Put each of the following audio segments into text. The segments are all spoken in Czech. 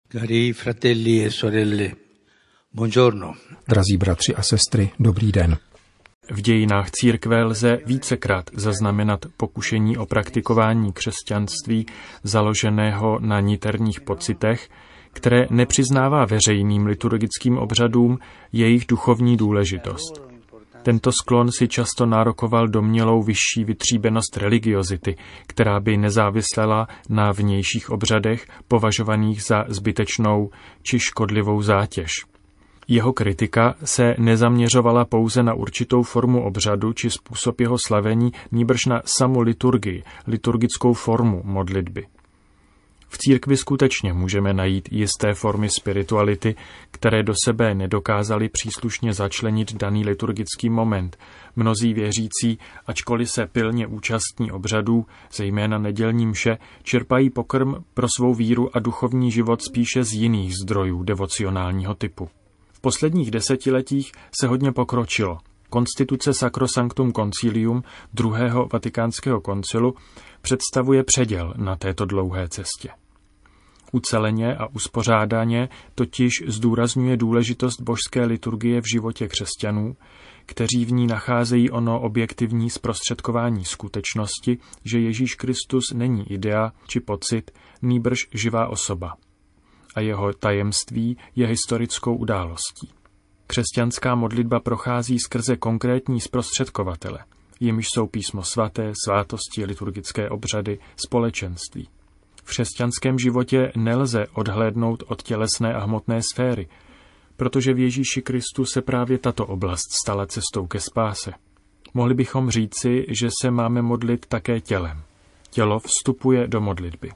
Cari fratelli e sorelle, buongiorno. Drazí bratři a sestry, dobrý den. V dějinách církve lze vícekrát zaznamenat pokušení o praktikování křesťanství založeného na niterních pocitech, které nepřiznává veřejným liturgickým obřadům jejich duchovní důležitost. Tento sklon si často nárokoval domnělou vyšší vytříbenost religiozity, která by nezávislela na vnějších obřadech považovaných za zbytečnou či škodlivou zátěž. Jeho kritika se nezaměřovala pouze na určitou formu obřadu či způsob jeho slavení, nýbrž na samu liturgii, liturgickou formu modlitby. V církvi skutečně můžeme najít jisté formy spirituality, které do sebe nedokázali příslušně začlenit daný liturgický moment. Mnozí věřící, ačkoliv se pilně účastní obřadů, zejména nedělní mše, čerpají pokrm pro svou víru a duchovní život spíše z jiných zdrojů devocionálního typu. V posledních desetiletích se hodně pokročilo. Konstituce Sacrosanctum Concilium druhého vatikánského koncilu představuje předěl na této dlouhé cestě. Uceleně a uspořádaně totiž zdůrazňuje důležitost božské liturgie v životě křesťanů, kteří v ní nacházejí ono objektivní zprostředkování skutečnosti, že Ježíš Kristus není idea či pocit, nýbrž živá osoba. A jeho tajemství je historickou událostí. Křesťanská modlitba prochází skrze konkrétní zprostředkovatele, jimiž jsou písmo svaté, svátosti, liturgické obřady, společenství. V křesťanském životě nelze odhlédnout od tělesné a hmotné sféry, protože v Ježíši Kristu se právě tato oblast stala cestou ke spáse. Mohli bychom říci, že se máme modlit také tělem. Tělo vstupuje do modlitby.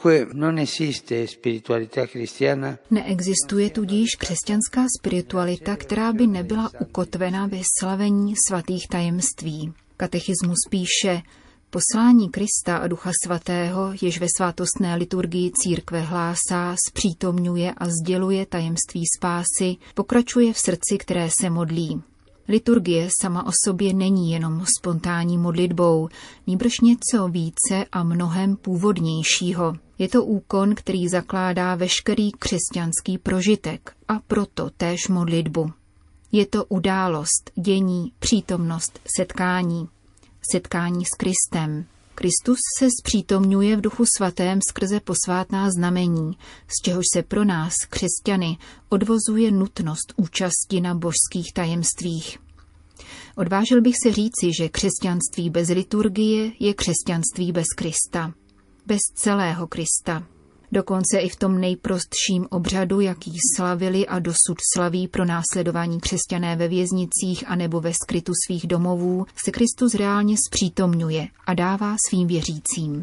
Neexistuje tudíž křesťanská spiritualita, která by nebyla ukotvena ve slavení svatých tajemství. Katechismus píše: poslání Krista a Ducha Svatého, jež ve svátostné liturgii církve hlásá, zpřítomňuje a sděluje tajemství spásy, pokračuje v srdci, které se modlí. Liturgie sama o sobě není jenom spontánní modlitbou, nýbrž něco více a mnohem původnějšího. Je to úkon, který zakládá veškerý křesťanský prožitek a proto též modlitbu. Je to událost, dění, přítomnost, setkání. Setkání s Kristem. Kristus se zpřítomňuje v Duchu Svatém skrze posvátná znamení, z čehož se pro nás, křesťany, odvozuje nutnost účasti na božských tajemstvích. Odvážil bych se říci, že křesťanství bez liturgie je křesťanství bez Krista. Bez celého Krista. Dokonce i v tom nejprostším obřadu, jaký slavili a dosud slaví pro následování křesťané ve věznicích anebo ve skrytu svých domovů, se Kristus reálně zpřítomňuje a dává svým věřícím.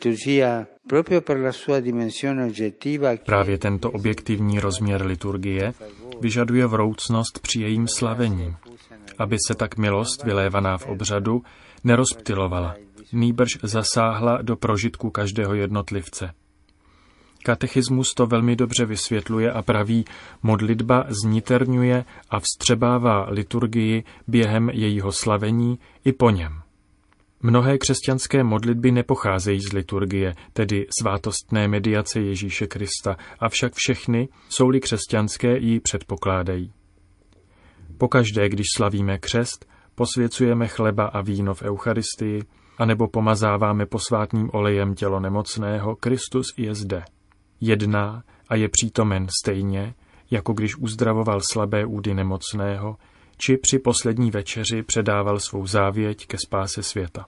Právě tento objektivní rozměr liturgie vyžaduje vroucnost při jejím slavení, aby se tak milost vylévaná v obřadu nerozptylovala, nýbrž zasáhla do prožitku každého jednotlivce. Katechismus to velmi dobře vysvětluje a praví: modlitba zniterňuje a vstřebává liturgii během jejího slavení i po něm. Mnohé křesťanské modlitby nepocházejí z liturgie, tedy svátostné mediace Ježíše Krista, avšak všechny, jsou-li křesťanské, ji předpokládají. Pokaždé, když slavíme křest, posvěcujeme chleba a víno v Eucharistii, anebo pomazáváme posvátným olejem tělo nemocného, Kristus je zde. Jedná a je přítomen stejně, jako když uzdravoval slabé údy nemocného, či při poslední večeři předával svou závěť ke spáse světa.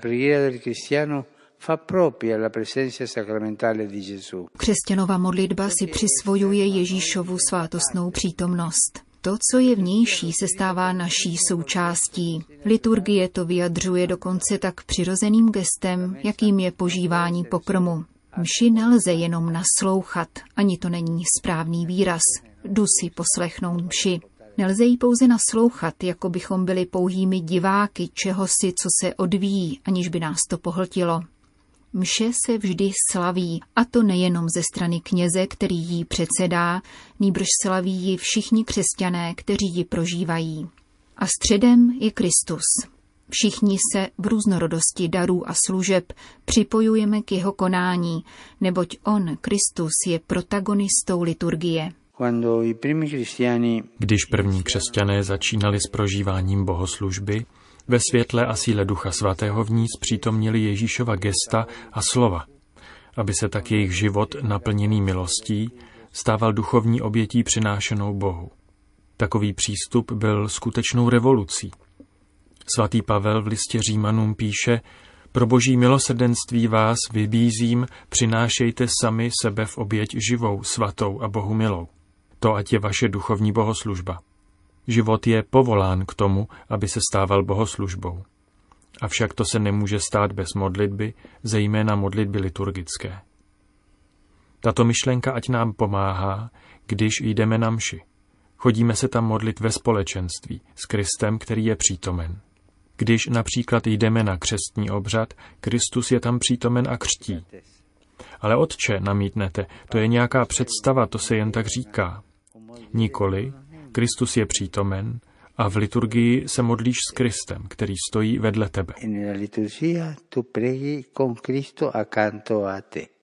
Křesťanova modlitba si přisvojuje Ježíšovu svátostnou přítomnost. To, co je vnější, se stává naší součástí. Liturgie to vyjadřuje dokonce tak přirozeným gestem, jakým je požívání pokrmu. Mši nelze jenom naslouchat, ani to není správný výraz. Jdu si poslechnout mši. Nelze jí pouze naslouchat, jako bychom byli pouhými diváky čehosi, co se odvíjí, aniž by nás to pohltilo. Mše se vždy slaví, a to nejenom ze strany kněze, který jí předsedá, nýbrž slaví ji všichni křesťané, kteří ji prožívají. A středem je Kristus. Všichni se v různorodosti darů a služeb připojujeme k jeho konání, neboť on, Kristus, je protagonistou liturgie. Když první křesťané začínali s prožíváním bohoslužby, ve světle a síle Ducha Svatého v ní zpřítomnili Ježíšova gesta a slova, aby se tak jejich život naplněný milostí stával duchovní obětí přinášenou Bohu. Takový přístup byl skutečnou revolucí. Svatý Pavel v listě Římanům píše: pro boží milosrdenství vás vybízím, přinášejte sami sebe v oběť živou, svatou a Bohu milou. To ať je vaše duchovní bohoslužba. Život je povolán k tomu, aby se stával bohoslužbou. Avšak to se nemůže stát bez modlitby, zejména modlitby liturgické. Tato myšlenka ať nám pomáhá, když jdeme na mši. Chodíme se tam modlit ve společenství s Kristem, který je přítomen. Když například jdeme na křestní obřad, Kristus je tam přítomen a křtí. Ale otče, namítnete, to je nějaká představa, to se jen tak říká. Nikoli, Kristus je přítomen a v liturgii se modlíš s Kristem, který stojí vedle tebe.